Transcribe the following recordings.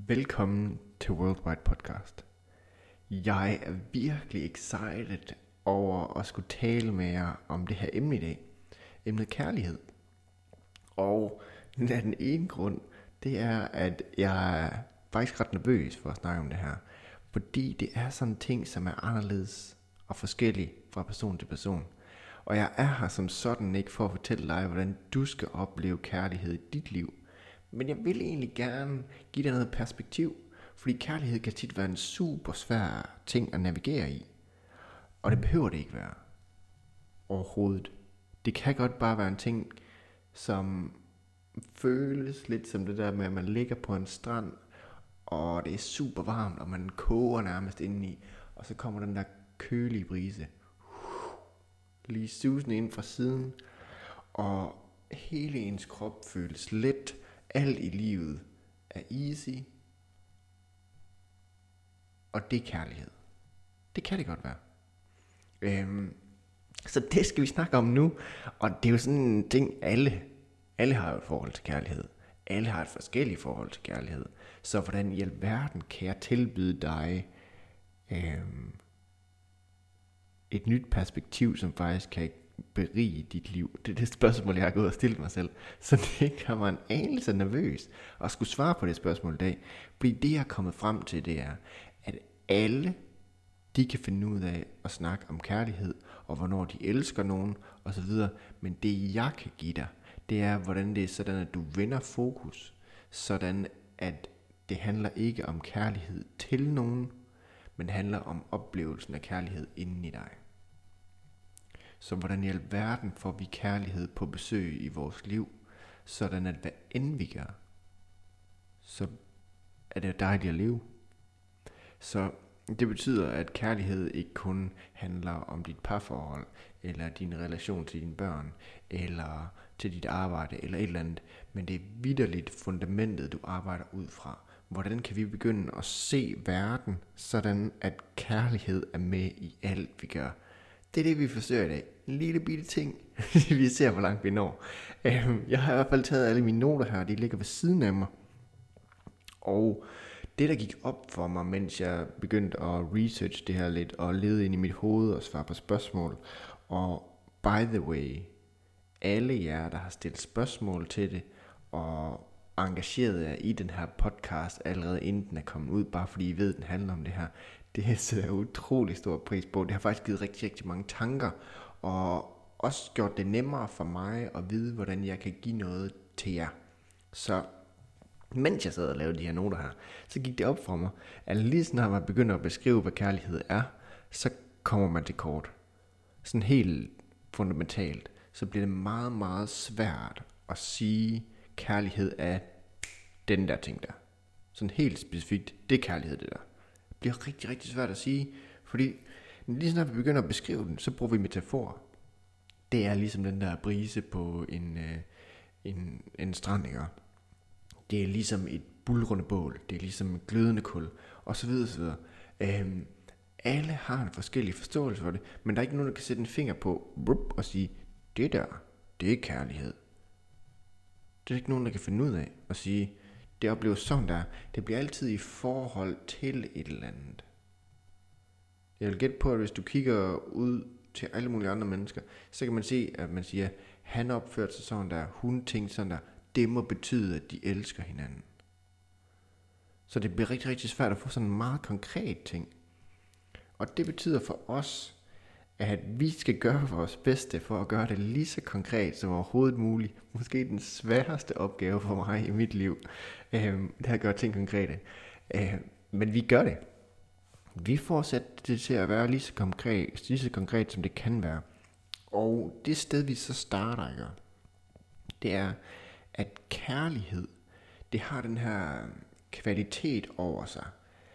Velkommen til Worldwide Podcast. Jeg er virkelig excited over at skulle tale med jer om det her emne i dag. Emnet kærlighed. Og den ene grund, det er, at jeg er faktisk ret nervøs for at snakke om det her. Fordi det er sådan en ting, som er anderledes og forskellig fra person til person. Og jeg er her som sådan ikke for at fortælle dig, hvordan du skal opleve kærlighed i dit liv. Men jeg vil egentlig gerne give dig noget perspektiv, fordi kærlighed kan tit være en super svær ting at navigere i. Og det behøver det ikke være. Overhovedet. Det kan godt bare være en ting, som føles lidt som det der med, at man ligger på en strand, og det er super varmt, og man koger nærmest indeni, og så kommer den der kølige brise lige susende ind fra siden, og hele ens krop føles let. Alt i livet er easy, og det er kærlighed. Det kan det godt være. Så det skal vi snakke om nu, og det er jo sådan en ting, alle har jo et forhold til kærlighed. Alle har et forskelligt forhold til kærlighed. Så hvordan i alverden kan jeg tilbyde dig et nyt perspektiv, som faktisk kan berige dit liv? Det er det spørgsmål, jeg har gået og stillet mig selv. Så det kan man anelse nervøs at skulle svare på det spørgsmål i dag. Fordi det, jeg er kommet frem til, det er, at alle, de kan finde ud af at snakke om kærlighed, og hvornår de elsker nogen, osv. Men det, jeg kan give dig, det er, hvordan det er sådan, at du vender fokus, sådan at det handler ikke om kærlighed til nogen, men handler om oplevelsen af kærlighed inden i dig. Så hvordan i alverden får vi kærlighed på besøg i vores liv, sådan at hvad end vi gør, så er det dejligt at leve. Så det betyder, at kærlighed ikke kun handler om dit parforhold, eller din relation til dine børn, eller til dit arbejde, eller et eller andet, men det er vitterligt fundamentet, du arbejder ud fra. Hvordan kan vi begynde at se verden, sådan at kærlighed er med i alt, vi gør? Det er det, vi forsøger i dag. En lille bitte ting. Vi ser, hvor langt vi når. Jeg har i hvert fald taget alle mine noter her. De ligger ved siden af mig. Og det, der gik op for mig, mens jeg begyndte at research det her lidt, og lede ind i mit hoved og svare på spørgsmål. Og by the way, alle jer, der har stillet spørgsmål til det, og engageret jer i den her podcast, allerede inden den er kommet ud, bare fordi I ved, den handler om det her, det sætter jeg utrolig stor pris på. Det har faktisk givet rigtig, rigtig mange tanker, og også gjort det nemmere for mig at vide, hvordan jeg kan give noget til jer. Så mens jeg sad og lavede de her noter her, så gik det op for mig, at lige snart man begynder at beskrive, hvad kærlighed er, så kommer man til kort. Sådan helt fundamentalt, så bliver det meget, meget svært at sige, kærlighed er den der ting der. Sådan helt specifikt, det er kærlighed det der. Det bliver rigtig, rigtig svært at sige, fordi lige snart vi begynder at beskrive den, så bruger vi metaforer. Det er ligesom den der brise på en strand, ikke? Det er ligesom et buldrende bål, det er ligesom et glødende kul, og så videre, så videre. Alle har en forskellig forståelse for det, men der er ikke nogen, der kan sætte en finger på og sige, det der, det er kærlighed. Det er ikke nogen, der kan finde ud af at sige, det opleves sådan der. Det bliver altid i forhold til et eller andet. Jeg vil gætte på, at hvis du kigger ud til alle mulige andre mennesker, så kan man se, at man siger, han opførte sig sådan der, hun tænkte sådan der. Det må betyde, at de elsker hinanden. Så det bliver rigtig, rigtig svært at få sådan en meget konkret ting. Og det betyder for os, at vi skal gøre vores bedste for at gøre det lige så konkret som overhovedet muligt. Måske den sværeste opgave for mig i mit liv, det er at gøre ting konkrete. Men vi gør det. Vi fortsætter det til at være lige så konkret som det kan være. Og det sted vi så starter, ikke? Det er, at kærlighed, det har den her kvalitet over sig,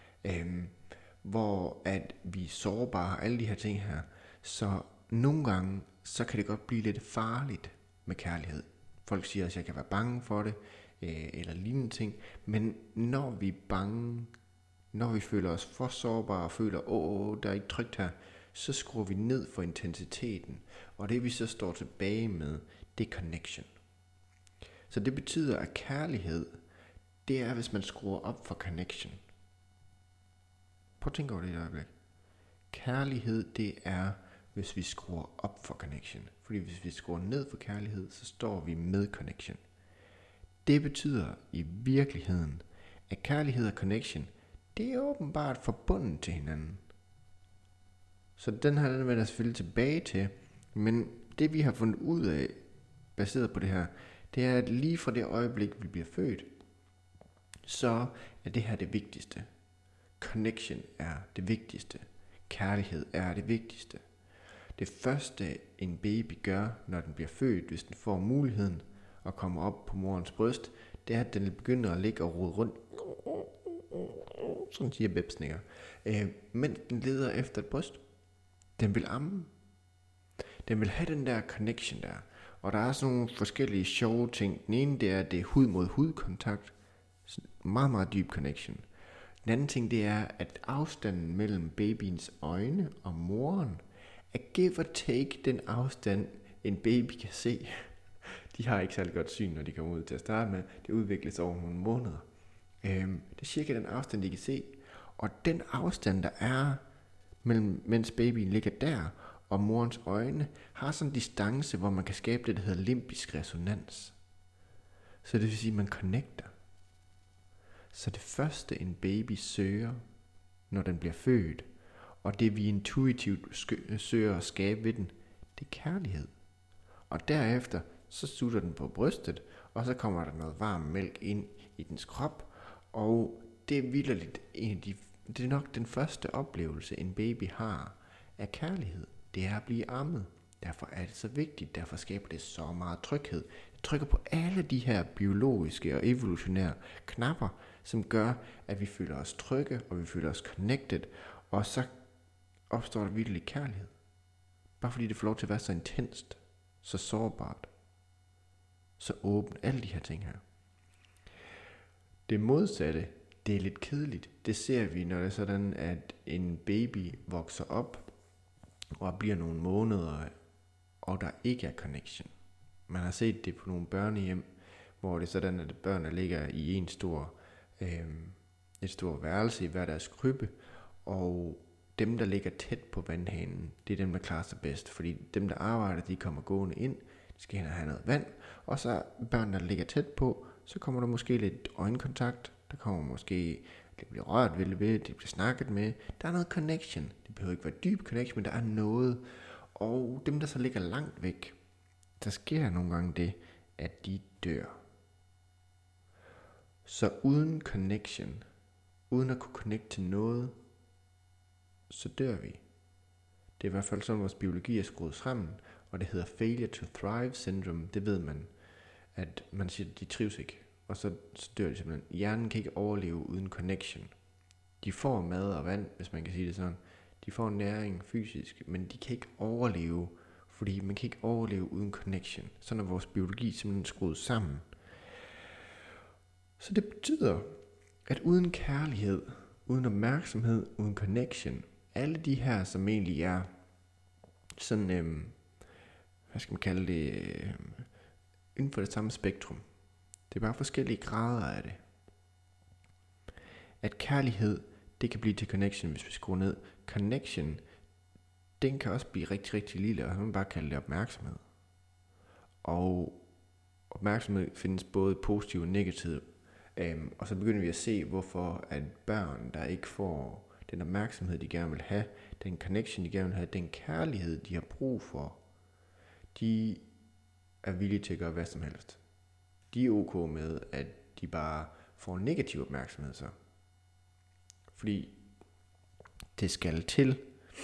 hvor at vi er sårbare, alle de her ting her, så nogle gange, så kan det godt blive lidt farligt med kærlighed. Folk siger også, at jeg kan være bange for det, eller lignende ting, men når vi er bange, når vi føler os for sårbare, og føler, der er ikke trygt her, så skruer vi ned for intensiteten, og det vi så står tilbage med, det er connection. Så det betyder, at kærlighed, det er, hvis man skruer op for connection. Prøv at tænke over det i et øjeblik. Kærlighed, det er, hvis vi skruer op for connection. Fordi hvis vi skruer ned for kærlighed, så står vi med connection. Det betyder i virkeligheden, at kærlighed og connection, det er åbenbart forbundet til hinanden. Så den her vender jeg selvfølgelig tilbage til, men det vi har fundet ud af, baseret på det her, det er, at lige fra det øjeblik, vi bliver født, så er det her det vigtigste. Connection er det vigtigste. Kærlighed er det vigtigste. Det første en baby gør, når den bliver født, hvis den får muligheden at komme op på morens bryst, det er, at den begynder at ligge og rode rundt. Sådan siger bebsninger. Mens den leder efter et bryst. Den vil amme. Den vil have den der connection der. Og der er sådan nogle forskellige sjove ting. Den ene, det er, at det er hud mod hud kontakt. Meget, meget dyb connection. Den anden ting, det er, at afstanden mellem babyens øjne og moren er give or take den afstand, en baby kan se. De har ikke særlig godt syn, når de kommer ud til at starte med. Det udvikles over nogle måneder. Det er cirka den afstand, de kan se. Og den afstand, der er, mens babyen ligger der, og morens øjne, har sådan en distance, hvor man kan skabe det, der hedder limbisk resonans. Så det vil sige, at man connecter. Så det første, en baby søger, når den bliver født, og det vi intuitivt søger at skabe ved den, det er kærlighed. Og derefter, så sutter den på brystet, og så kommer der noget varm mælk ind i dens krop, og det er vitterligt det er nok den første oplevelse, en baby har af kærlighed. Det er at blive ammet. Derfor er det så vigtigt, derfor skaber det så meget tryghed. Det trykker på alle de her biologiske og evolutionære knapper, som gør, at vi føler os trygge, og vi føler os connected, og så opstår der virkelig kærlighed. Bare fordi det får lov til at være så intenst, så sårbart, så åbent, alle de her ting her. Det modsatte, det er lidt kedeligt. Det ser vi, når det er sådan, at en baby vokser op, og bliver nogle måneder, og der ikke er connection. Man har set det på nogle børnehjem, hvor det er sådan, at børnene ligger i et stort værelse i hver deres krybbe, og dem, der ligger tæt på vandhanen, det er dem, der klarer sig bedst, fordi dem, der arbejder, de kommer gående ind, de skal hen og have noget vand, og så børn, der ligger tæt på, så kommer der måske lidt øjenkontakt, der kommer måske, det bliver rørt ved, det bliver snakket med, der er noget connection, det behøver ikke være dyb connection, men der er noget, og dem, der så ligger langt væk, der sker nogle gange det, at de dør. Så uden connection, uden at kunne connecte til noget, så dør vi. Det er i hvert fald sådan, vores biologi er skruet sammen, og det hedder failure to thrive syndrome. Det ved man, at man siger, at de trives ikke, og så dør de simpelthen. Hjernen kan ikke overleve uden connection. De får mad og vand, hvis man kan sige det sådan. De får næring fysisk, men de kan ikke overleve, fordi man kan ikke overleve uden connection. Sådan er vores biologi simpelthen skruet sammen. Så det betyder, at uden kærlighed, uden opmærksomhed, uden connection, alle de her, som egentlig er sådan, hvad skal man kalde det, inden for det samme spektrum. Det er bare forskellige grader af det. At kærlighed, det kan blive til connection, hvis vi skruer ned. Connection, den kan også blive rigtig, rigtig lille, og så kan man bare kalde det opmærksomhed. Og opmærksomhed findes både positiv og negativ. Og så begynder vi at se, hvorfor at børn, der ikke får den opmærksomhed, de gerne vil have, den connection, de gerne vil have, den kærlighed, de har brug for, de er villige til at gøre hvad som helst. De er ok med, at de bare får negativ opmærksomhed så. Fordi det skal til.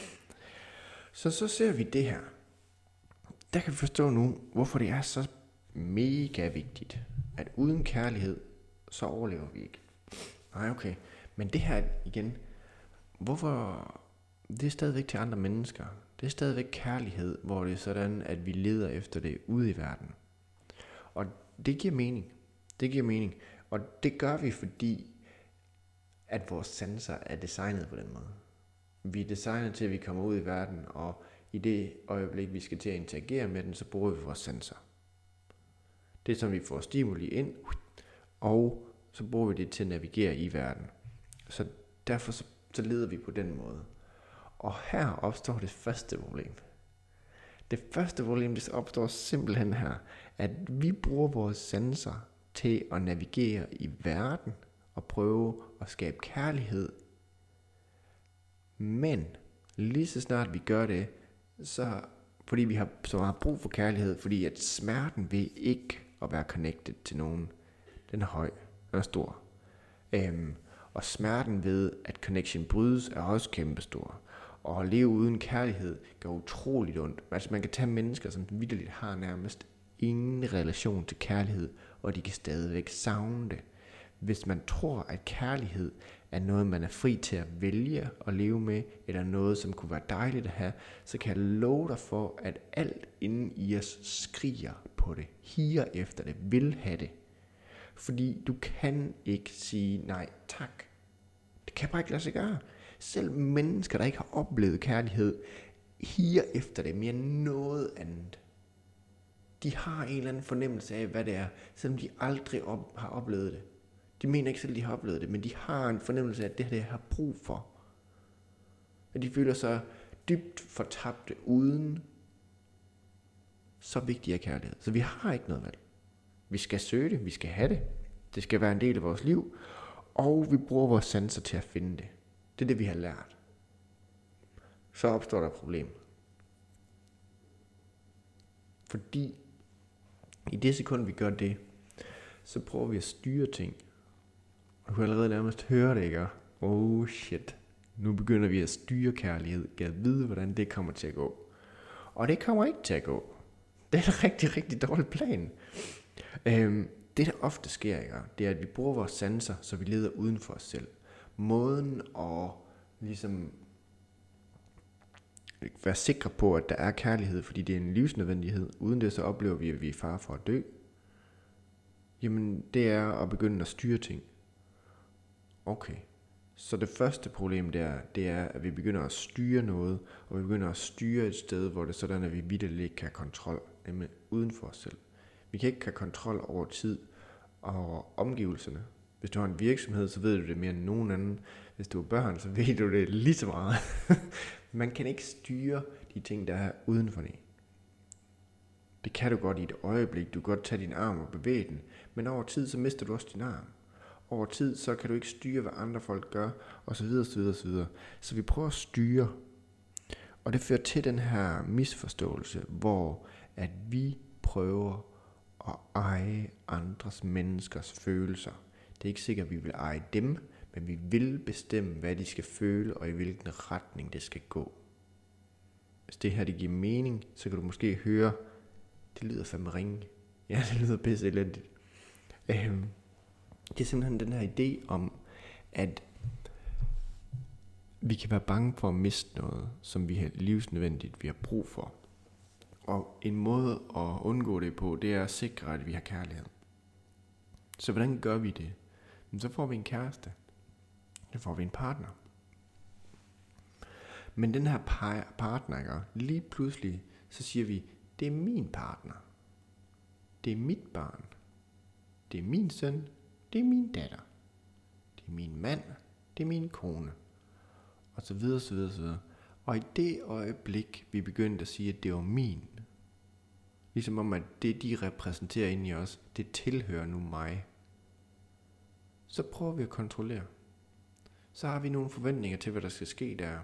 Så ser vi det her. Der kan vi forstå nu, hvorfor det er så mega vigtigt, at uden kærlighed, så overlever vi ikke. Nej, okay. Men det her igen, hvorfor? Det er stadigvæk til andre mennesker. Det er stadigvæk kærlighed, hvor det er sådan, at vi leder efter det ude i verden. Og det giver mening. Det giver mening. Og det gør vi, fordi at vores sanser er designet på den måde. Vi er designet til, at vi kommer ud i verden, og i det øjeblik, vi skal til at interagere med den, så bruger vi vores sanser. Det er som, vi får stimuli ind, og så bruger vi det til at navigere i verden. Så derfor så leder vi på den måde. Og her opstår det første problem. Det første problem, det opstår simpelthen her, at vi bruger vores sanser til at navigere i verden og prøve at skabe kærlighed. Men lige så snart vi gør det, så fordi vi har så meget brug for kærlighed, fordi at smerten ved ikke at være connected til nogen, den er høj, den er stor. Og smerten ved, at connection brydes, er også kæmpestor. Og at leve uden kærlighed gør utroligt ondt. Altså man kan tage mennesker, som vitterligt har nærmest ingen relation til kærlighed, og de kan stadigvæk savne det. Hvis man tror, at kærlighed er noget, man er fri til at vælge at leve med, eller noget, som kunne være dejligt at have, så kan jeg love dig for, at alt inden i os skriger på det, higer efter det, vil have det. Fordi du kan ikke sige nej tak. Det kan bare ikke lade sig gøre. Selv mennesker, der ikke har oplevet kærlighed, higer efter det mere end noget andet. De har en eller anden fornemmelse af, hvad det er, selvom de aldrig har oplevet det. De mener ikke selv, de har oplevet det, men de har en fornemmelse af, at det her, det har brug for. At de føler sig dybt fortabte uden så vigtig er kærlighed. Så vi har ikke noget valg. Vi skal søge det, vi skal have det. Det skal være en del af vores liv, og vi bruger vores sanser til at finde det. Det er det, vi har lært. Så opstår der et problem. Fordi i det sekund, vi gør det, så prøver vi at styre ting. Og du kan allerede nærmest høre det, ikke? Oh shit. Nu begynder vi at styre kærlighed. Jeg ved, hvordan det kommer til at gå. Og det kommer ikke til at gå. Det er en rigtig, rigtig dårlig plan. Det, der ofte sker, ikke? Det er, at vi bruger vores sanser, så vi leder uden for os selv. Måden at ligesom være sikre på, at der er kærlighed, fordi det er en livsnødvendighed. Uden det, så oplever vi, at vi er i fare for at dø. Jamen, det er at begynde at styre ting. Okay. Så det første problem, det er, at vi begynder at styre noget, og vi begynder at styre et sted, hvor det er sådan, at vi vitterligt ikke kan have kontrol, nemlig uden for os selv. Vi kan ikke have kontrol over tid og omgivelserne. Hvis du har en virksomhed, så ved du det mere end nogen anden. Hvis du er børn, så ved du det lige så meget. Man kan ikke styre de ting, der er uden for det. Det kan du godt i et øjeblik. Du kan godt tage din arm og bevæge den. Men over tid, så mister du også din arm. Over tid, så kan du ikke styre, hvad andre folk gør, og så videre, så videre, så videre. Så vi prøver at styre. Og det fører til den her misforståelse, hvor at vi prøver at eje andres menneskers følelser. Det er ikke sikkert, at vi vil eje dem, men vi vil bestemme, hvad de skal føle, og i hvilken retning det skal gå. Hvis det her det giver mening, så kan du måske høre, det lyder fandme ringe. Ja, det lyder pisse elendigt. Det er simpelthen den her idé om, at vi kan være bange for at miste noget, som vi har livsnødvendigt, vi har brug for. Og en måde at undgå det på, det er at sikre, at vi har kærlighed. Så hvordan gør vi det? Så får vi en kæreste. Så får vi en partner. Men den her partner, ikke? Lige pludselig, så siger vi, det er min partner. Det er mit barn. Det er min søn. Det er min datter. Det er min mand. Det er min kone. Og så videre, så videre, så videre. Og i det øjeblik, vi begyndte at sige, at det var min. Ligesom om, at det, de repræsenterer inde i os, det tilhører nu mig. Så prøver vi at kontrollere. Så har vi nogle forventninger til, hvad der skal ske der.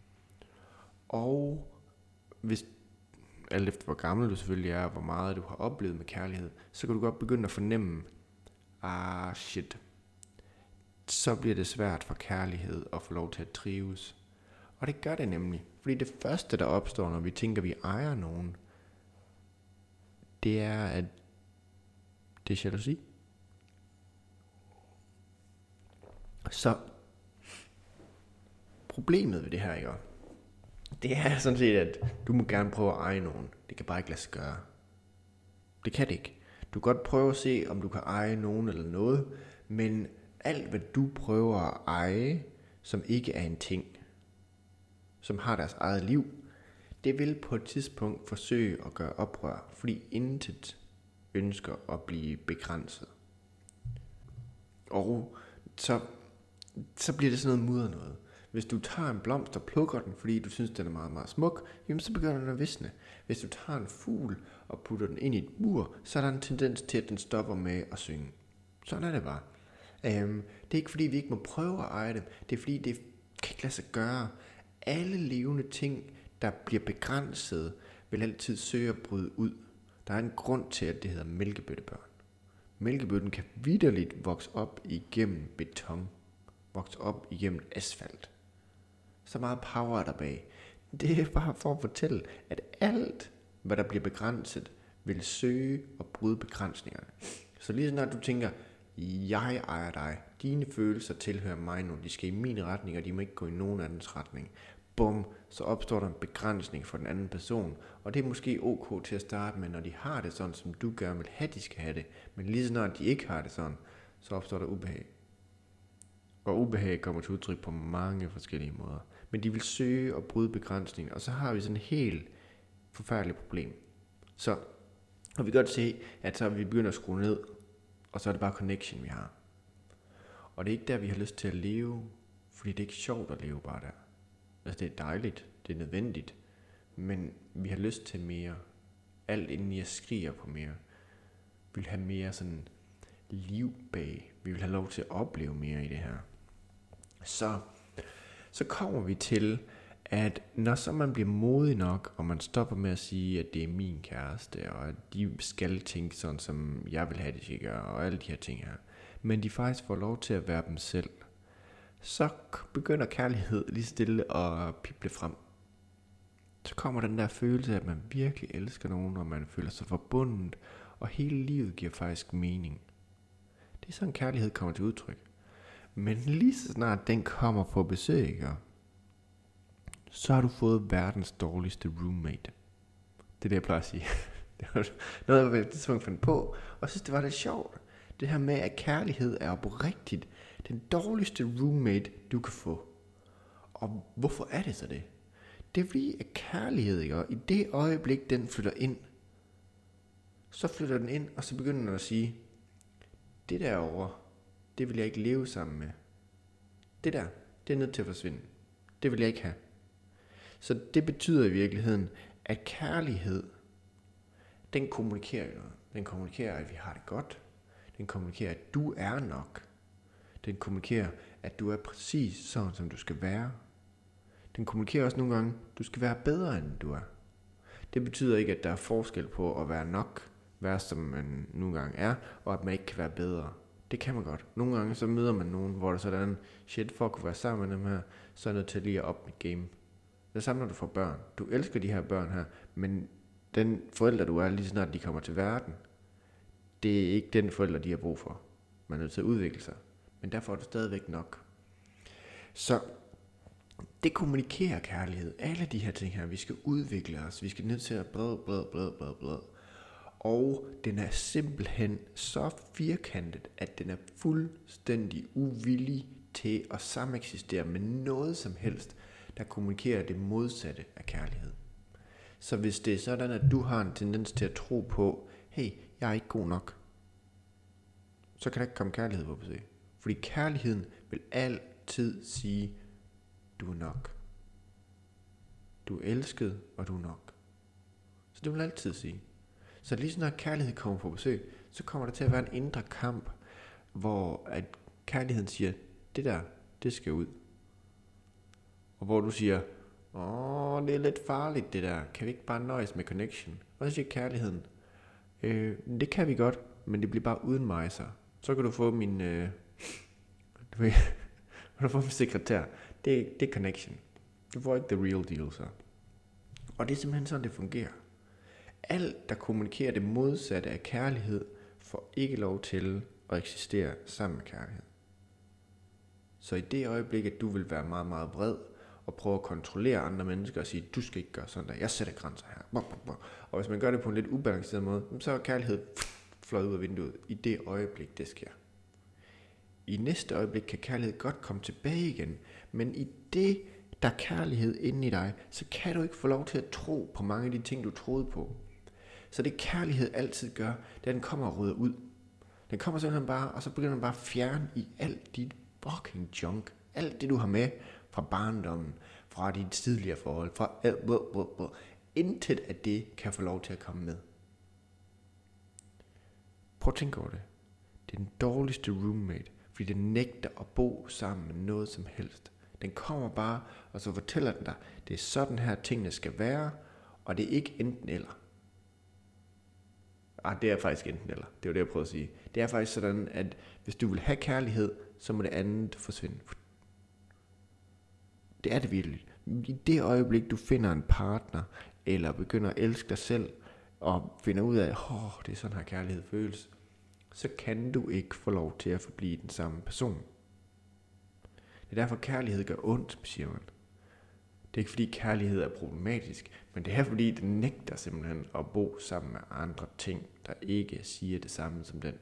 Og hvis, alt efter hvor gammel du selvfølgelig er, og hvor meget du har oplevet med kærlighed, så kan du godt begynde at fornemme, shit, så bliver det svært for kærlighed at få lov til at trives. Og det gør det nemlig. Fordi det første, der opstår, når vi tænker, at vi ejer nogen, det er, at det er jalousi. Så problemet ved det her, ikke? Det er sådan set, at du må gerne prøve at eje nogen. Det kan bare ikke lade sig gøre. Det kan det ikke. Du kan godt prøve at se, om du kan eje nogen eller noget, men alt, hvad du prøver at eje, som ikke er en ting, som har deres eget liv, det vil på et tidspunkt forsøge at gøre oprør, fordi intet ønsker at blive begrænset. Og så bliver det sådan noget mudder noget. Hvis du tager en blomst og plukker den, fordi du synes, den er meget, meget smuk, jamen så begynder den at visne. Hvis du tager en fugl og putter den ind i et bur, så er der en tendens til, at den stopper med at synge. Sådan er det bare. Det er ikke fordi, vi ikke må prøve at eje dem. Det er fordi, det kan ikke lade sig gøre. Alle levende ting, der bliver begrænset, vil altid søge at bryde ud. Der er en grund til, at det hedder mælkebøttebørn. Mælkebøtten kan vitterligt vokse op igennem beton. Vokse op igennem asfalt. Så meget power er der bag. Det er bare for at fortælle, at alt, hvad der bliver begrænset, vil søge og bryde begrænsningerne. Så lige snart du tænker, jeg ejer dig, dine følelser tilhører mig nu, de skal i min retning, og de må ikke gå i nogen andens retning. Bum, så opstår der en begrænsning for den anden person, og det er måske ok til at starte med, når de har det sådan, som du gerne vil have, de skal have det. Men lige snart de ikke har det sådan, så opstår der ubehag. Og ubehag kommer til udtryk på mange forskellige måder. Men de vil søge og bryde begrænsninger, og så har vi sådan et helt forfærdeligt problem. Så og vi kan godt se, at så vi begynder at skrue ned, og så er det bare connection, vi har. Og det er ikke der, vi har lyst til at leve, fordi det er ikke sjovt at leve bare der. Altså det er dejligt, det er nødvendigt, men vi har lyst til mere. Alt inden jeg skriger på mere. Vi vil have mere sådan liv bag. Vi vil have lov til at opleve mere i det her. Så kommer vi til, at når så man bliver modig nok, og man stopper med at sige, at det er min kæreste, og at de skal tænke sådan, som jeg vil have, de skal gøre, og alle de her ting her, men de faktisk får lov til at være dem selv, så begynder kærlighed lige stille at pible frem. Så kommer den der følelse af, at man virkelig elsker nogen, og man føler sig forbundet, og hele livet giver faktisk mening. Det er sådan, kærlighed kommer til udtryk. Men lige så snart den kommer på besøg, så har du fået verdens dårligste roommate. Det er det, jeg plejer at sige. Det var noget, jeg tidspunkt fandt på, og jeg synes, det var lidt sjovt. Det her med, at kærlighed er oprigtigt den dårligste roommate, du kan få. Og hvorfor er det så det? Det er fordi, at kærlighed, ikke? I det øjeblik, den flytter ind, så flytter den ind, og så begynder den at sige, det derovre, det vil jeg ikke leve sammen med. Det der, det er nødt til at forsvinde. Det vil jeg ikke have. Så det betyder i virkeligheden, at kærlighed, den kommunikerer noget. Den kommunikerer, at vi har det godt. Den kommunikerer, at du er nok. Den kommunikerer, at du er præcis sådan, som du skal være. Den kommunikerer også nogle gange, at du skal være bedre, end du er. Det betyder ikke, at der er forskel på at være nok, være som man nogle gange er, og at man ikke kan være bedre. Det kan man godt. Nogle gange så møder man nogen, hvor der sådan, shit, for at kunne være sammen med dem her, så er jeg nødt til lige at op mit game. Det samme, når du får børn. Du elsker de her børn her, men den forælder, du er, lige snart de kommer til verden, det er ikke den forælder, de har brug for. Man er nødt til at udvikle sig. Men derfor er du stadigvæk nok. Så det kommunikerer kærlighed. Alle de her ting her, vi skal udvikle os. Vi skal nødt til at blad. Og den er simpelthen så firkantet, at den er fuldstændig uvillig til at sameksistere med noget som helst, der kommunikerer det modsatte af kærlighed. Så hvis det er sådan, at du har en tendens til at tro på, hey, jeg er ikke god nok, så kan der ikke komme kærlighed på besøg. Fordi kærligheden vil altid sige, du er nok. Du er elsket, og du er nok. Så det vil altid sige. Så lige så når kærlighed kommer på besøg, så kommer der til at være en indre kamp, hvor at kærligheden siger, det der, det skal ud. Og hvor du siger, det er lidt farligt det der, kan vi ikke bare nøjes med connection? Og så siger kærligheden, det kan vi godt, men det bliver bare uden mig så. Så kan du få min, du få min sekretær. Det er connection. Du får ikke the real deal så. Og det er simpelthen sådan, det fungerer. Alt, der kommunikerer det modsatte af kærlighed, får ikke lov til at eksistere sammen med kærlighed. Så i det øjeblik, at du vil være meget, meget vred, og prøve at kontrollere andre mennesker og sige, du skal ikke gøre sådan der, jeg sætter grænser her. Og hvis man gør det på en lidt ubalanceret måde, så er kærlighed fløjet ud af vinduet i det øjeblik, det sker. I næste øjeblik kan kærlighed godt komme tilbage igen, men i det, der er kærlighed inde i dig, så kan du ikke få lov til at tro på mange af de ting, du troede på. Så det kærlighed altid gør, det er, den kommer og rydder ud. Den kommer simpelthen bare, og så begynder den bare at fjerne i alt dit fucking junk. Alt det, du har med fra barndommen, fra dit tidligere forhold, fra alt. Intet af det kan få lov til at komme med. Prøv at tænke over det. Det er den dårligste roommate, fordi den nægter at bo sammen med noget som helst. Den kommer bare, og så fortæller den dig, det er sådan her tingene skal være, og det er ikke enten eller. Det er faktisk enten eller. Det var det, jeg prøvede at sige. Det er faktisk sådan, at hvis du vil have kærlighed, så må det andet forsvinde. Det er det virkelig. I det øjeblik, du finder en partner, eller begynder at elske dig selv, og finder ud af, det er sådan her kærlighed føles, så kan du ikke få lov til at forblive den samme person. Det er derfor, kærlighed gør ondt, siger man. Det er ikke fordi kærlighed er problematisk, men det er fordi den nægter simpelthen at bo sammen med andre ting, der ikke siger det samme som den.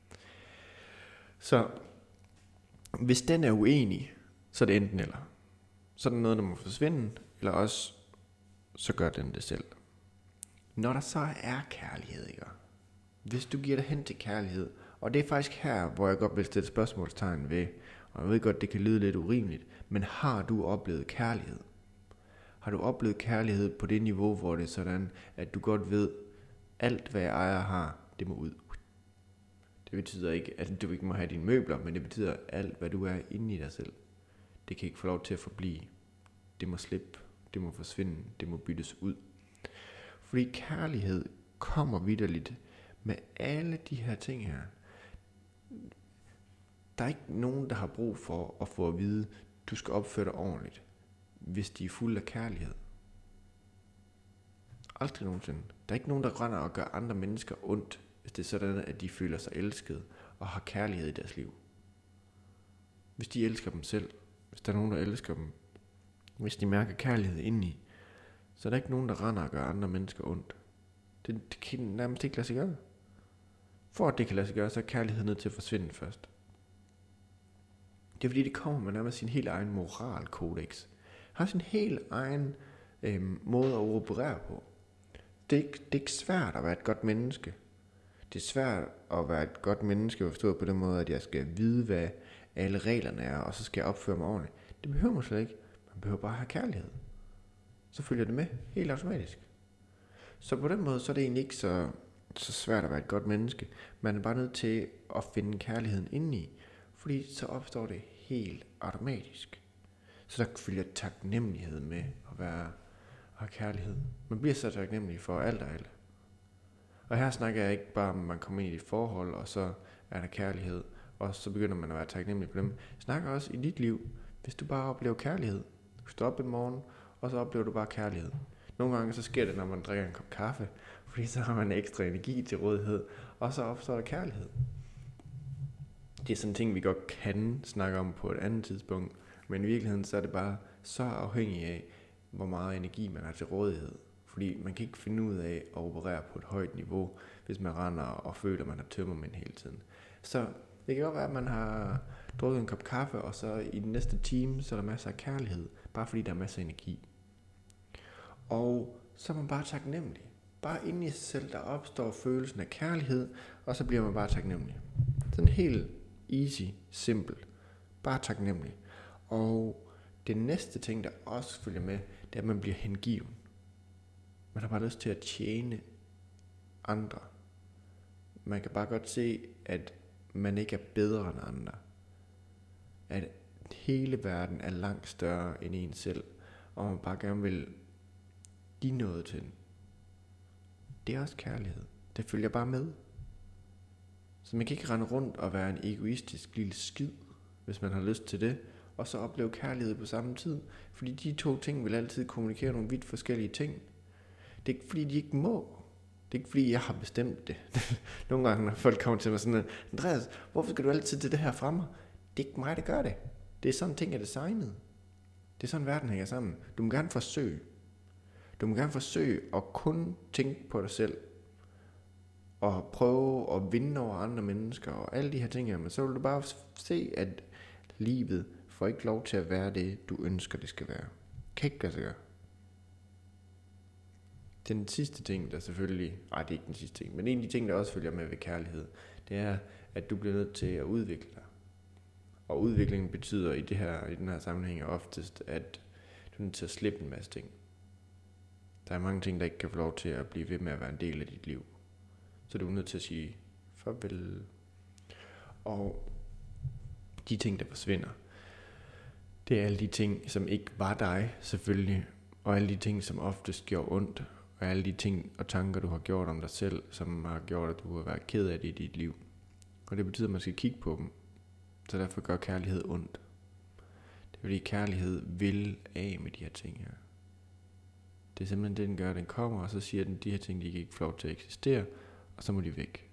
Så hvis den er uenig, så er det enten eller. Så er det noget, der må forsvinde, eller også så gør den det selv. Når der så er kærlighed, ikke? Hvis du giver dig hen til kærlighed, og det er faktisk her, hvor jeg godt vil stille spørgsmålstegn ved, og jeg ved godt, det kan lyde lidt urimeligt, men har du oplevet kærlighed? Har du oplevet kærlighed på det niveau, hvor det er sådan, at du godt ved, alt hvad jeg ejer har, det må ud? Det betyder ikke, at du ikke må have dine møbler, men det betyder, at alt hvad du er inde i dig selv, det kan ikke få lov til at forblive. Det må slippe, det må forsvinde, det må byttes ud. Fordi kærlighed kommer vitterligt med alle de her ting her. Der er ikke nogen, der har brug for at få at vide, du skal opføre dig ordentligt, hvis de er fulde af kærlighed. Aldrig nogensinde. Der er ikke nogen, der render og gør andre mennesker ondt, hvis det er sådan, at de føler sig elsket og har kærlighed i deres liv. Hvis de elsker dem selv, hvis der er nogen, der elsker dem, hvis de mærker kærlighed indeni, så er der ikke nogen, der render og gør andre mennesker ondt. Det kan nærmest ikke lade sig gøre. For at det kan lade sig gøre, så er kærlighed nødt til at forsvinde først. Det er fordi, det kommer med nærmest sin helt egen moralkodex. Har sin helt egen måde at operere på. Det er ikke svært at være et godt menneske. Det er svært at være et godt menneske, forstået på den måde, at jeg skal vide, hvad alle reglerne er, og så skal jeg opføre mig ordentligt. Det behøver man slet ikke. Man behøver bare have kærlighed. Så følger det med, helt automatisk. Så på den måde, så er det egentlig ikke så svært at være et godt menneske. Man er bare nødt til at finde kærligheden indeni, fordi så opstår det helt automatisk. Så der følger taknemmelighed med at have kærlighed. Man bliver så taknemmelig for alt og alt. Og her snakker jeg ikke bare om, at man kommer ind i et forhold, og så er der kærlighed, og så begynder man at være taknemmelig på dem. Jeg snakker også i dit liv, hvis du bare oplever kærlighed. Du står op en morgen, og så oplever du bare kærlighed. Nogle gange så sker det, når man drikker en kop kaffe, fordi så har man ekstra energi til rådighed, og så opstår der kærlighed. Det er sådan en ting, vi godt kan snakke om på et andet tidspunkt, men i virkeligheden så er det bare så afhængigt af, hvor meget energi man har til rådighed. Fordi man kan ikke finde ud af at operere på et højt niveau, hvis man render og føler, at man har tømmermænd hele tiden. Så det kan godt være, at man har drukket en kop kaffe, og så i den næste time, så er der masser af kærlighed, bare fordi der er masser af energi. Og så er man bare taknemmelig. Bare inde i sig selv, der opstår følelsen af kærlighed, og så bliver man bare taknemmelig. Sådan helt easy, simpel. Bare taknemmelig. Og det næste ting, der også følger med, det er, at man bliver hengiven. Man har bare lyst til at tjene andre. Man kan bare godt se, at man ikke er bedre end andre. At hele verden er langt større end en selv, og man bare gerne vil give noget til den. Det er også kærlighed. Det følger bare med. Så man kan ikke rende rundt og være en egoistisk lille skid, hvis man har lyst til det, og så opleve kærlighed på samme tid. Fordi de to ting vil altid kommunikere nogle vidt forskellige ting. Det er ikke fordi, de ikke må. Det er ikke fordi, jeg har bestemt det. Nogle gange, når folk kommer til mig sådan, Andreas, hvorfor skal du altid til det her fra mig? Det er ikke mig, der gør det. Det er sådan, ting er designet. Det er sådan, verden hænger sammen. Du må gerne forsøge. Du må gerne forsøge at kun tænke på dig selv. Og prøve at vinde over andre mennesker og alle de her ting her. Men så vil du bare se, at livet får ikke lov til at være det, du ønsker, det skal være. Kan ikke lade sig gøre. Den sidste ting, der selvfølgelig... Nej, det er ikke den sidste ting, men en af de ting, der også følger med ved kærlighed, det er, at du bliver nødt til at udvikle dig. Og udviklingen betyder i den her sammenhæng oftest, at du er nødt til at slippe en masse ting. Der er mange ting, der ikke kan få lov til at blive ved med at være en del af dit liv. Så du er nødt til at sige farvel. Og de ting, der forsvinder, det er alle de ting, som ikke var dig, selvfølgelig. Og alle de ting, som oftest gjorde ondt. Og alle de ting og tanker, du har gjort om dig selv, som har gjort, at du har været ked af det i dit liv. Og det betyder, at man skal kigge på dem. Så derfor gør kærlighed ondt. Det er fordi kærlighed vil af med de her ting her. Det er simpelthen det, den gør. Den kommer, og så siger den, de her ting, de kan ikke få lov til at eksistere. Og så må de væk.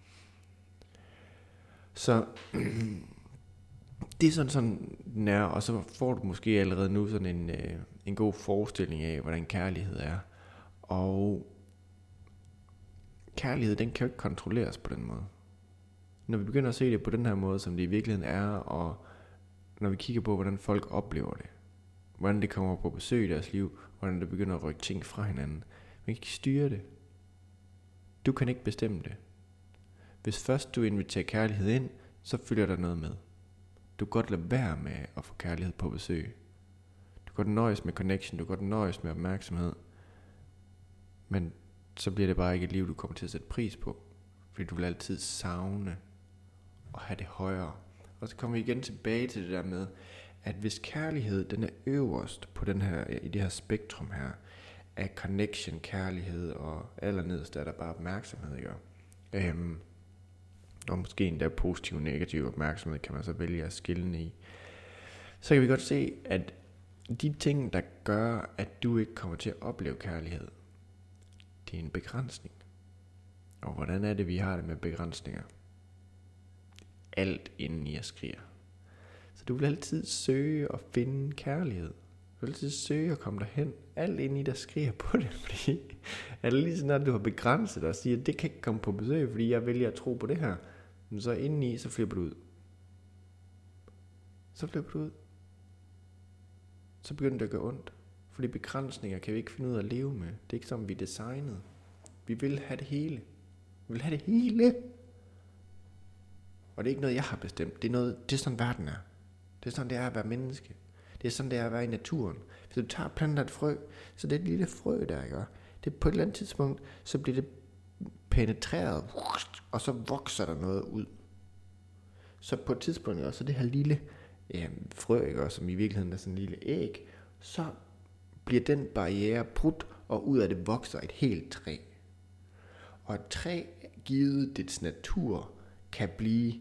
Så det er sådan den er. Og så får du måske allerede nu sådan en god forestilling af, hvordan kærlighed er. Og kærlighed, den kan jo ikke kontrolleres på den måde. Når vi begynder at se det på den her måde, som det i virkeligheden er, og når vi kigger på, hvordan folk oplever det, hvordan det kommer på besøg i deres liv, hvordan det begynder at rykke ting fra hinanden, man kan ikke styre det. Du kan ikke bestemme det. Hvis først du inviterer kærlighed ind, så følger der noget med. Du kan godt lade være med at få kærlighed på besøg. Du kan godt nøjes med connection, du kan godt nøjes med opmærksomhed, men så bliver det bare ikke et liv, du kommer til at sætte pris på, fordi du vil altid savne og have det højere. Og så kommer vi igen tilbage til det der med, at hvis kærlighed, den er øverst på den her, i det her spektrum her, af connection, kærlighed, og allernederst er der bare opmærksomhed, ikke? Og måske endda positiv og negativ opmærksomhed, kan man så vælge at skille i. Så kan vi godt se, at de ting, der gør, at du ikke kommer til at opleve kærlighed, det er en begrænsning. Og hvordan er det, vi har det med begrænsninger? Alt inden i os skriger. Så du vil altid søge at finde kærlighed. Du vil altid søge at komme derhen. Alt inden i dig skriger på det. Fordi er det lige sådan, at du har begrænset dig og siger, at det kan ikke komme på besøg, fordi jeg vælger at tro på det her. Men så indeni, så flipper du ud. Så flipper du ud. Så begynder det at gøre ondt. Fordi begrænsninger kan vi ikke finde ud af at leve med. Det er ikke som vi er designet. Vi vil have det hele. Vi vil have det hele. Og det er ikke noget, jeg har bestemt. Det er sådan, verden er. Det er sådan, det er at være menneske. Det er sådan, det er at være i naturen. Hvis du tager og planter et frø, så det er et lille frø, der ikke? Det på et eller andet tidspunkt, så bliver det penetreret, og så vokser der noget ud. Så på et tidspunkt, så det her lille frø, ikke? Som i virkeligheden er sådan en lille æg, så bliver den barriere brudt, og ud af det vokser et helt træ. Og et træ, givet dets natur, kan blive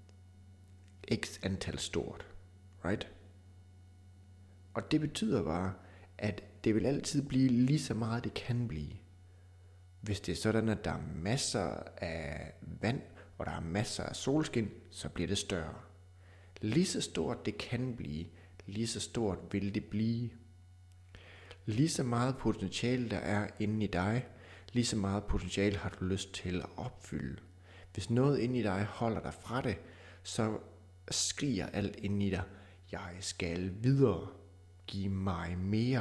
x antal stort. Right? Og det betyder bare, at det vil altid blive lige så meget, det kan blive. Hvis det er sådan, at der er masser af vand, og der er masser af solskin, så bliver det større. Lige så stort det kan blive, lige så stort vil det blive. Lige så meget potentiale der er inde i dig, lige så meget potentiale har du lyst til at opfylde. Hvis noget inde i dig holder dig fra det, så skriger alt inde i dig, jeg skal videre, giv mig mere.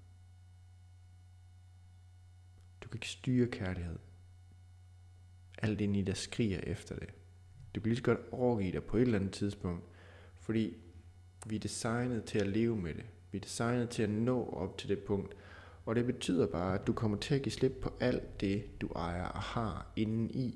Du kan ikke styre kærlighed. Alt inde i dig skriger efter det. Du kan lige så godt overgive dig på et eller andet tidspunkt, fordi vi er designet til at leve med det. Vi er designet til at nå op til det punkt. Og det betyder bare, at du kommer til at give slip på alt det, du ejer og har inden i.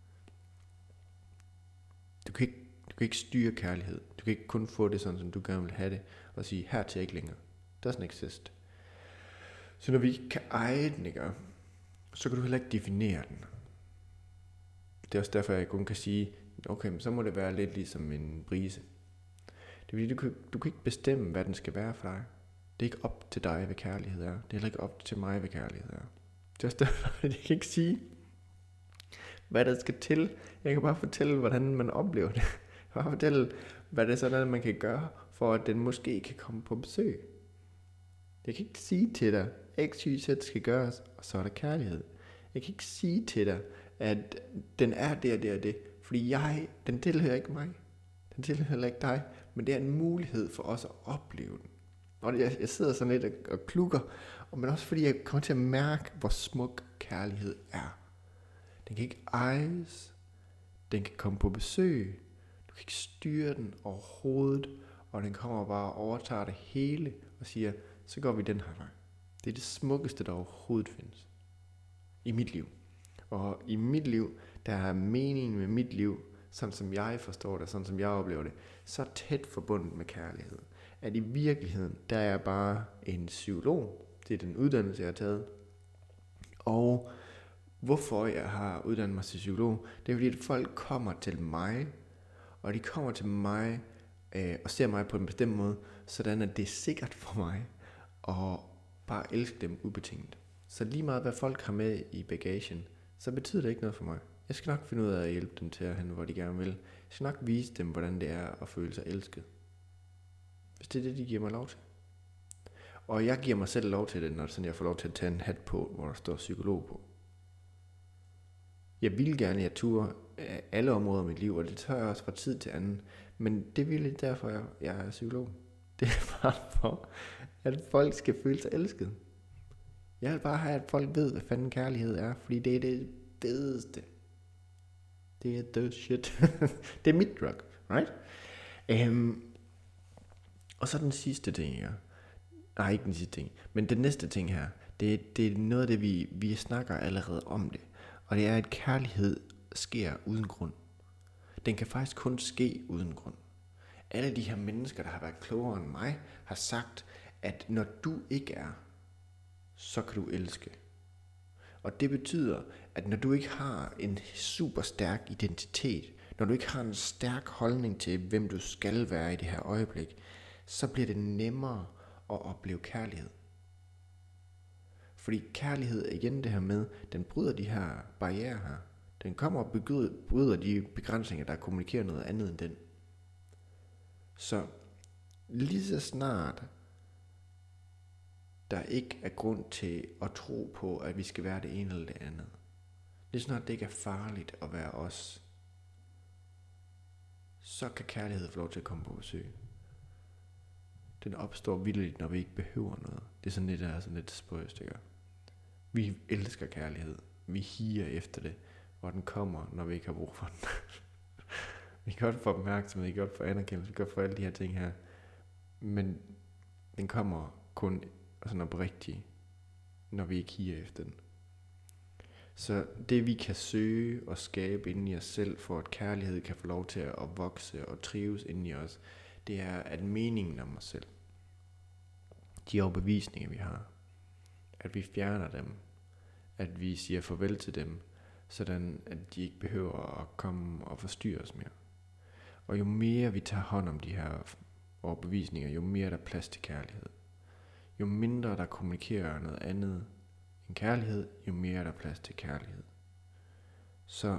Du kan ikke styre kærlighed. Du kan ikke kun få det sådan, som du gerne vil have det, og sige, hertil ikke længere. Doesn't exist. Så når vi ikke kan eje den, ikke, så kan du heller ikke definere den. Det er også derfor, jeg kun kan sige, okay, men så må det være lidt ligesom en brise. Det er fordi, du kan ikke bestemme, hvad den skal være for dig. Det er ikke op til dig, hvad kærlighed er. Det er heller ikke op til mig, hvad kærlighed er. Det er også derfor, at jeg kan ikke sige, hvad der skal til. Jeg kan bare fortælle, hvordan man oplever det. Jeg kan bare fortælle, hvad det er sådan, man kan gøre, for at den måske kan komme på besøg. Jeg kan ikke sige til dig, X, Y, Z skal gøres, og så er der kærlighed. Jeg kan ikke sige til dig, at den er det, fordi den tilhører ikke mig. Den tilhører heller ikke dig, men det er en mulighed for os at opleve den. Og jeg sidder sådan lidt og klukker, men også fordi jeg kommer til at mærke, hvor smuk kærlighed er. Den kan ikke ejes, den kan komme på besøg, du kan ikke styre den overhovedet, og den kommer bare og overtager det hele og siger, så går vi den her vej. Det er det smukkeste, der overhovedet findes. I mit liv. Og i mit liv, der er meningen med mit liv, sådan som jeg forstår det, sådan som jeg oplever det, så tæt forbundet med kærlighed. At i virkeligheden, der er jeg bare en psykolog. Det er den uddannelse, jeg har taget. Og hvorfor jeg har uddannet mig til psykolog, det er fordi, at folk kommer til mig, og de kommer til mig og ser mig på en bestemt måde, sådan at det er sikkert for mig at bare elske dem ubetinget. Så lige meget hvad folk har med i bagagen, så betyder det ikke noget for mig. Jeg skal nok finde ud af at hjælpe dem til at hen, hvor de gerne vil. Jeg skal nok vise dem, hvordan det er at føle sig elsket. Hvis det er det, de giver mig lov til. Og jeg giver mig selv lov til det, når sådan jeg får lov til at tage en hat på, hvor der står psykolog på. Jeg vil gerne, at jeg turer alle områder af mit liv, og det tør jeg også fra tid til anden. Men det vil ikke derfor, jeg er psykolog. Det er bare for, at folk skal føle sig elsket. Jeg vil bare have, at folk ved, hvad fanden kærlighed er, fordi det er det fedeste. Det er the shit. Det er mit drug, right? Og så den sidste ting her. Nej, ikke den sidste ting, men den næste ting her, det er noget af det, vi snakker allerede om det. Og det er, at kærlighed sker uden grund. Den kan faktisk kun ske uden grund. Alle de her mennesker, der har været klogere end mig, har sagt, at når du ikke er, så kan du elske. Og det betyder, at når du ikke har en super stærk identitet, når du ikke har en stærk holdning til, hvem du skal være i det her øjeblik, så bliver det nemmere at opleve kærlighed. Fordi kærlighed er igen det her med, den bryder de her barrierer her. Den kommer og bryder de begrænsninger, der kommunikerer noget andet end den. Så lige så snart der ikke er grund til at tro på, at vi skal være det ene eller det andet. Lige så snart det ikke er farligt at være os, så kan kærlighed få lov til at komme på besøg. Den opstår vildt, når vi ikke behøver noget. Det er sådan lidt, der er sådan lidt spøjst, ikke? Vi elsker kærlighed. Vi higer efter det, og den kommer, når vi ikke har brug for den. Vi kan godt få opmærksomhed, vi kan godt få anerkendelse, vi kan godt få alle de her ting her. Men den kommer kun sådan oprigtigt, når vi ikke higer efter den. Så det vi kan søge og skabe inden i os selv, for at kærlighed kan få lov til at vokse og trives inden i os, det er, at meningen om os selv, de overbevisninger vi har, at vi fjerner dem, at vi siger farvel til dem, sådan at de ikke behøver at komme og forstyrre os mere. Og jo mere vi tager hånd om de her overbevisninger, jo mere der er plads til kærlighed. Jo mindre der kommunikerer noget andet end kærlighed, jo mere der er plads til kærlighed. Så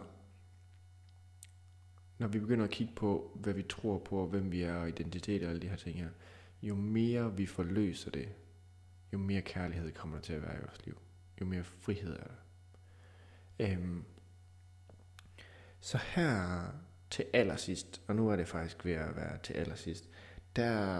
når vi begynder at kigge på, hvad vi tror på, og hvem vi er, og identitet og alle de her ting her, jo mere vi forløser det, jo mere kærlighed kommer der til at være i vores liv. Jo mere frihed er der. Så her til allersidst, og nu er det faktisk ved at være til allersidst, der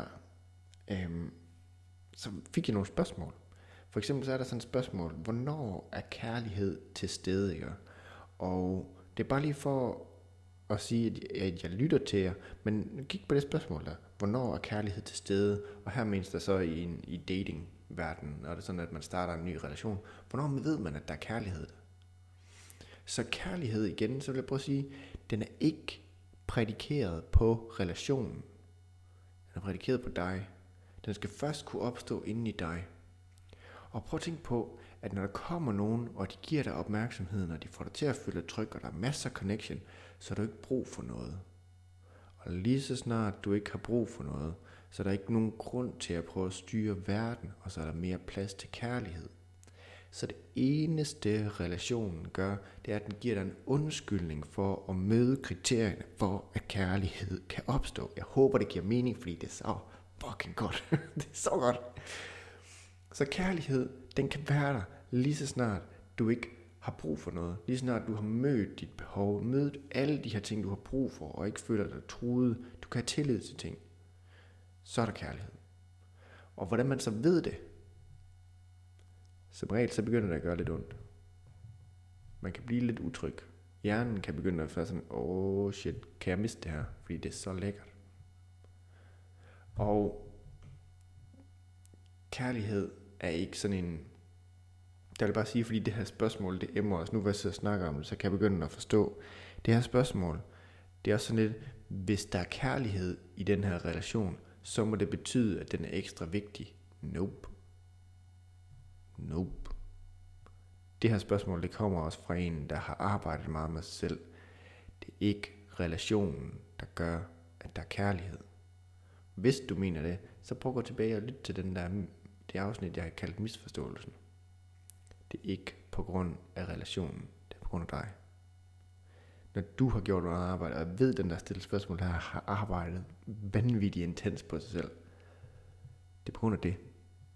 så fik jeg nogle spørgsmål. For eksempel så er der sådan et spørgsmål, hvornår er kærlighed til stede, ikke? Og det er bare lige for at sige, at jeg lytter til jer, men kig på det spørgsmål der. Hvornår er kærlighed til stede? Og her menes der så i datingverdenen, og det er sådan, at man starter en ny relation. Hvornår ved man, at der er kærlighed? Så kærlighed igen, så vil jeg prøve at sige, den er ikke prædikeret på relationen. Den er prædikeret på dig. Den skal først kunne opstå inde i dig. Og prøv at tænke på, at når der kommer nogen, og de giver dig opmærksomheden, og de får dig til at føle tryg, og der er masser af connection, så har du ikke brug for noget. Og lige så snart du ikke har brug for noget, så er der ikke nogen grund til at prøve at styre verden, og så er der mere plads til kærlighed. Så det eneste relationen gør, det er, at den giver dig en undskyldning for at møde kriterierne for, at kærlighed kan opstå. Jeg håber, det giver mening, fordi det er så fucking godt. Det er så godt. Så kærlighed, den kan være der lige så snart du ikke har brug for noget. Lige så snart du har mødt dit behov, mødt alle de her ting, du har brug for, og ikke føler dig truet. Du kan have tillid til ting. Så er der kærlighed. Og hvordan man så ved det, som regel så begynder det at gøre lidt ondt. Man kan blive lidt utryg. Hjernen kan begynde at være sådan, shit, kan jeg miste det her? Fordi det er så lækkert. Og kærlighed er ikke sådan en... Jeg vil bare sige, fordi det her spørgsmål, det emmer os. Nu hvor jeg sidder og snakker om det, så kan jeg begynde at forstå. Det her spørgsmål, det er også sådan lidt, hvis der er kærlighed i den her relation, så må det betyde, at den er ekstra vigtig. Nope. Det her spørgsmål, det kommer også fra en, der har arbejdet meget med sig selv. Det er ikke relationen, der gør, at der er kærlighed. Hvis du mener det, så prøv at gå tilbage og lytte til det afsnit, jeg har kaldt misforståelsen. Det er ikke på grund af relationen, det er på grund af dig. Når du har gjort noget arbejde, og jeg ved, den der stille spørgsmål her har arbejdet vanvittigt intens på sig selv, det er på grund af det.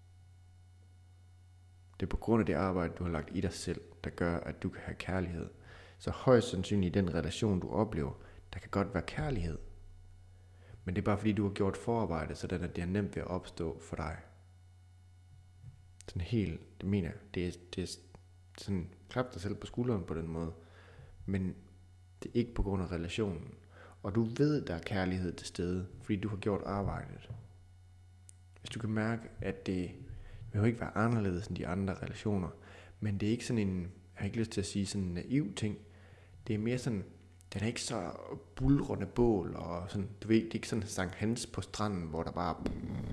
Det er på grund af det arbejde, du har lagt i dig selv, der gør, at du kan have kærlighed. Så højst sandsynligt i den relation, du oplever, der kan godt være kærlighed. Men det er bare fordi, du har gjort forarbejde, så det er nemt ved at opstå for dig. Sådan helt, det mener jeg, det er sådan, klap dig selv på skulderen på den måde. Men det er ikke på grund af relationen. Og du ved, der er kærlighed til stede, fordi du har gjort arbejdet. Hvis du kan mærke, at det vil jo ikke være anderledes end de andre relationer, men det er ikke sådan en, jeg har ikke lyst til at sige sådan en naiv ting, det er mere sådan, den er ikke så bulrende bål, og sådan, du ved, det er ikke sådan Sankt Hans på stranden, hvor der bare,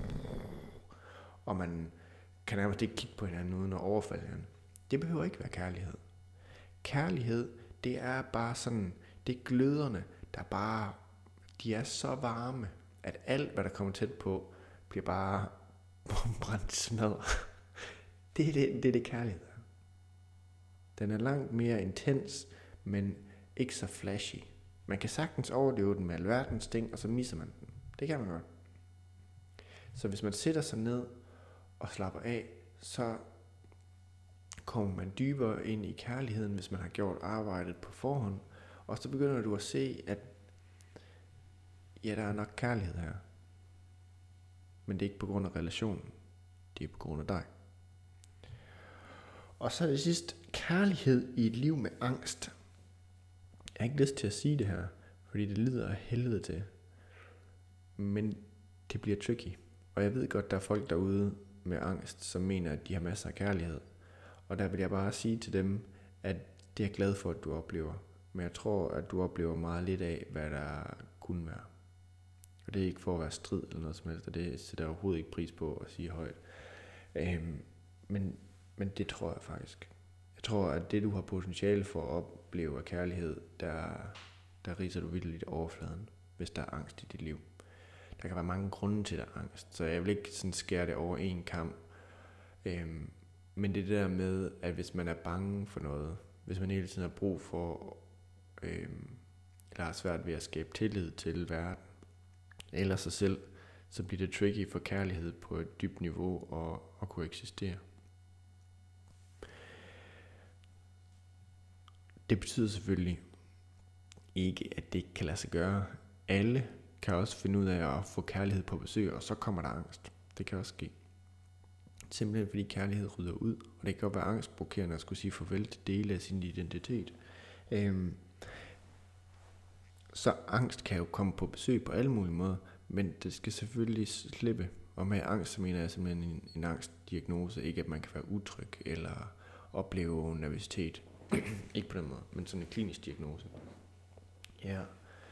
og man kan nærmest ikke kigge på hinanden uden at overfalde hinanden. Det behøver ikke være kærlighed. Kærlighed, det er bare sådan, det er gløderne, der bare, de er så varme, at alt, hvad der kommer tæt på, bliver bare brændt smadret. Det er det kærlighed. Den er langt mere intens, men ikke så flashy. Man kan sagtens overleve den med alverdens ting, og så misser man den. Det kan man godt. Så hvis man sætter sig ned og slapper af, så kommer man dybere ind i kærligheden, hvis man har gjort arbejdet på forhånd. Og så begynder du at se, at ja, der er nok kærlighed her. Men det er ikke på grund af relationen. Det er på grund af dig. Og så er det sidst, kærlighed i et liv med angst. Jeg har ikke lyst til at sige det her, fordi det lyder af helvede til. Men det bliver tricky. Og jeg ved godt, der er folk derude med angst, som mener, at de har masser af kærlighed. Og der vil jeg bare sige til dem, at det er jeg glad for, at du oplever. Men jeg tror, at du oplever meget lidt af, hvad der kunne være. Og det er ikke for at være strid eller noget som helst, og det sætter jeg overhovedet ikke pris på at sige højt. Men det tror jeg faktisk. Jeg tror, at det du har potentiale for at opleve af kærlighed, der riser du virkelig overfladen, hvis der er angst i dit liv. Der kan være mange grunde til, at der er angst, så jeg vil ikke sådan skære det over en kam. Men det der med, at hvis man er bange for noget, hvis man hele tiden har brug for, eller har svært ved at skabe tillid til verden, eller sig selv, så bliver det tricky for kærlighed på et dybt niveau at kunne eksistere. Det betyder selvfølgelig ikke, at det ikke kan lade sig gøre. Alle kan også finde ud af at få kærlighed på besøg, og så kommer der angst. Det kan også ske. Simpelthen fordi kærlighed rydder ud, og det kan godt være angstprovokerende at skulle sige farvel til dele af sin identitet. Så angst kan jo komme på besøg på alle mulige måder, men det skal selvfølgelig slippe. Og med angst, så mener jeg simpelthen en angstdiagnose, ikke at man kan være utryg eller opleve nervøsitet. Ikke på den måde, men sådan en klinisk diagnose. Ja.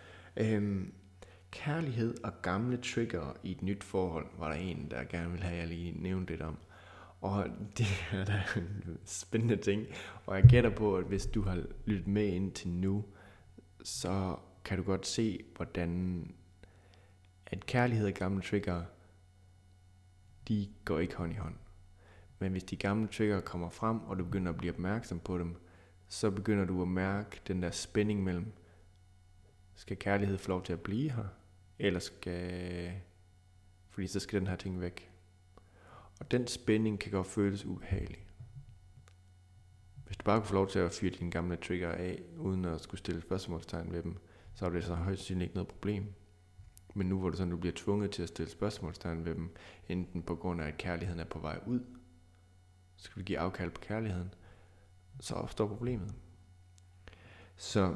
Kærlighed og gamle trigger i et nyt forhold, var der en, der gerne ville have, jeg lige nævnt lidt om. Og det er da en spændende ting. Og jeg gætter på, at hvis du har lyttet med indtil nu, så kan du godt se, hvordan at kærlighed og gamle trigger, de går ikke hånd i hånd. Men hvis de gamle trigger kommer frem, og du begynder at blive opmærksom på dem, så begynder du at mærke den der spænding mellem, skal kærlighed få lov til at blive her, eller fordi så skal den her ting væk. Og den spænding kan godt føles ubehagelig. Hvis du bare kunne få lov til at fyre dine gamle trigger af, uden at skulle stille spørgsmålstegn ved dem, så er det så højst sandsynligt ikke noget problem. Men nu hvor det sådan, du bliver tvunget til at stille spørgsmålstegn ved dem, enten på grund af, at kærligheden er på vej ud, så skal du give afkald på kærligheden, så opstår problemet. Så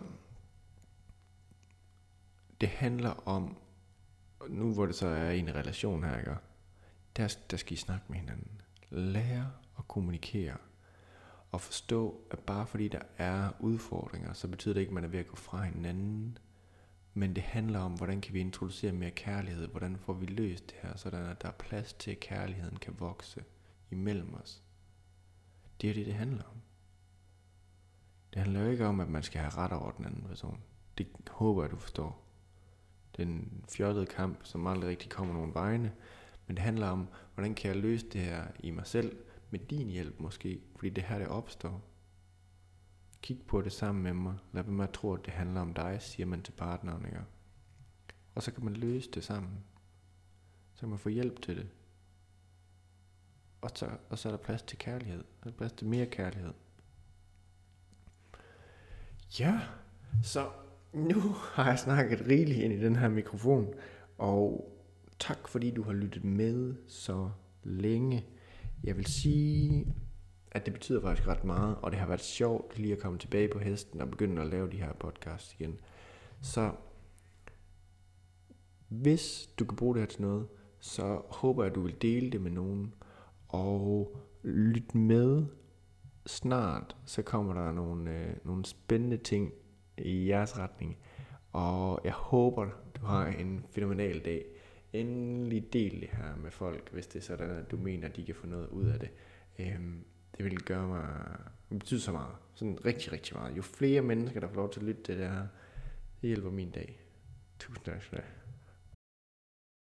det handler om, nu hvor det så er i en relation her, ikke? Der skal I snakke med hinanden. Lære at kommunikere. Og forstå, at bare fordi der er udfordringer, så betyder det ikke, at man er ved at gå fra hinanden. Men det handler om, hvordan kan vi introducere mere kærlighed? Hvordan får vi løst det her, sådan at der er plads til, at kærligheden kan vokse imellem os. Det er det handler om. Det handler jo ikke om, at man skal have ret over den anden person. Det håber jeg, du forstår. Det er en fjollet kamp, som aldrig rigtig kommer nogen vegne. Men det handler om, hvordan kan jeg løse det her i mig selv, med din hjælp måske, fordi det her det opstår. Kig på det sammen med mig. Lad være med at tro, at det handler om dig, siger man til partneren, ikke? Og så kan man løse det sammen. Så kan man få hjælp til det. Og så er der plads til kærlighed. Der er plads til mere kærlighed. Ja, så nu har jeg snakket rigeligt ind i den her mikrofon. Og tak fordi du har lyttet med så længe. Jeg vil sige, at det betyder faktisk ret meget, og det har været sjovt lige at komme tilbage på hesten og begynde at lave de her podcasts igen. Så hvis du kan bruge det her til noget, så håber jeg, at du vil dele det med nogen, og lyt med. Snart så kommer der nogle spændende ting i jeres retning, og jeg håber, du har en fænomenal dag. Endelig del det her med folk, hvis det er sådan, at du mener, at de kan få noget ud af det. Det vil gøre mig, det betyder så meget, sådan rigtig, rigtig meget. Jo flere mennesker, der får lov til at lytte til det her, det hjælper min dag. Tusind tak for det.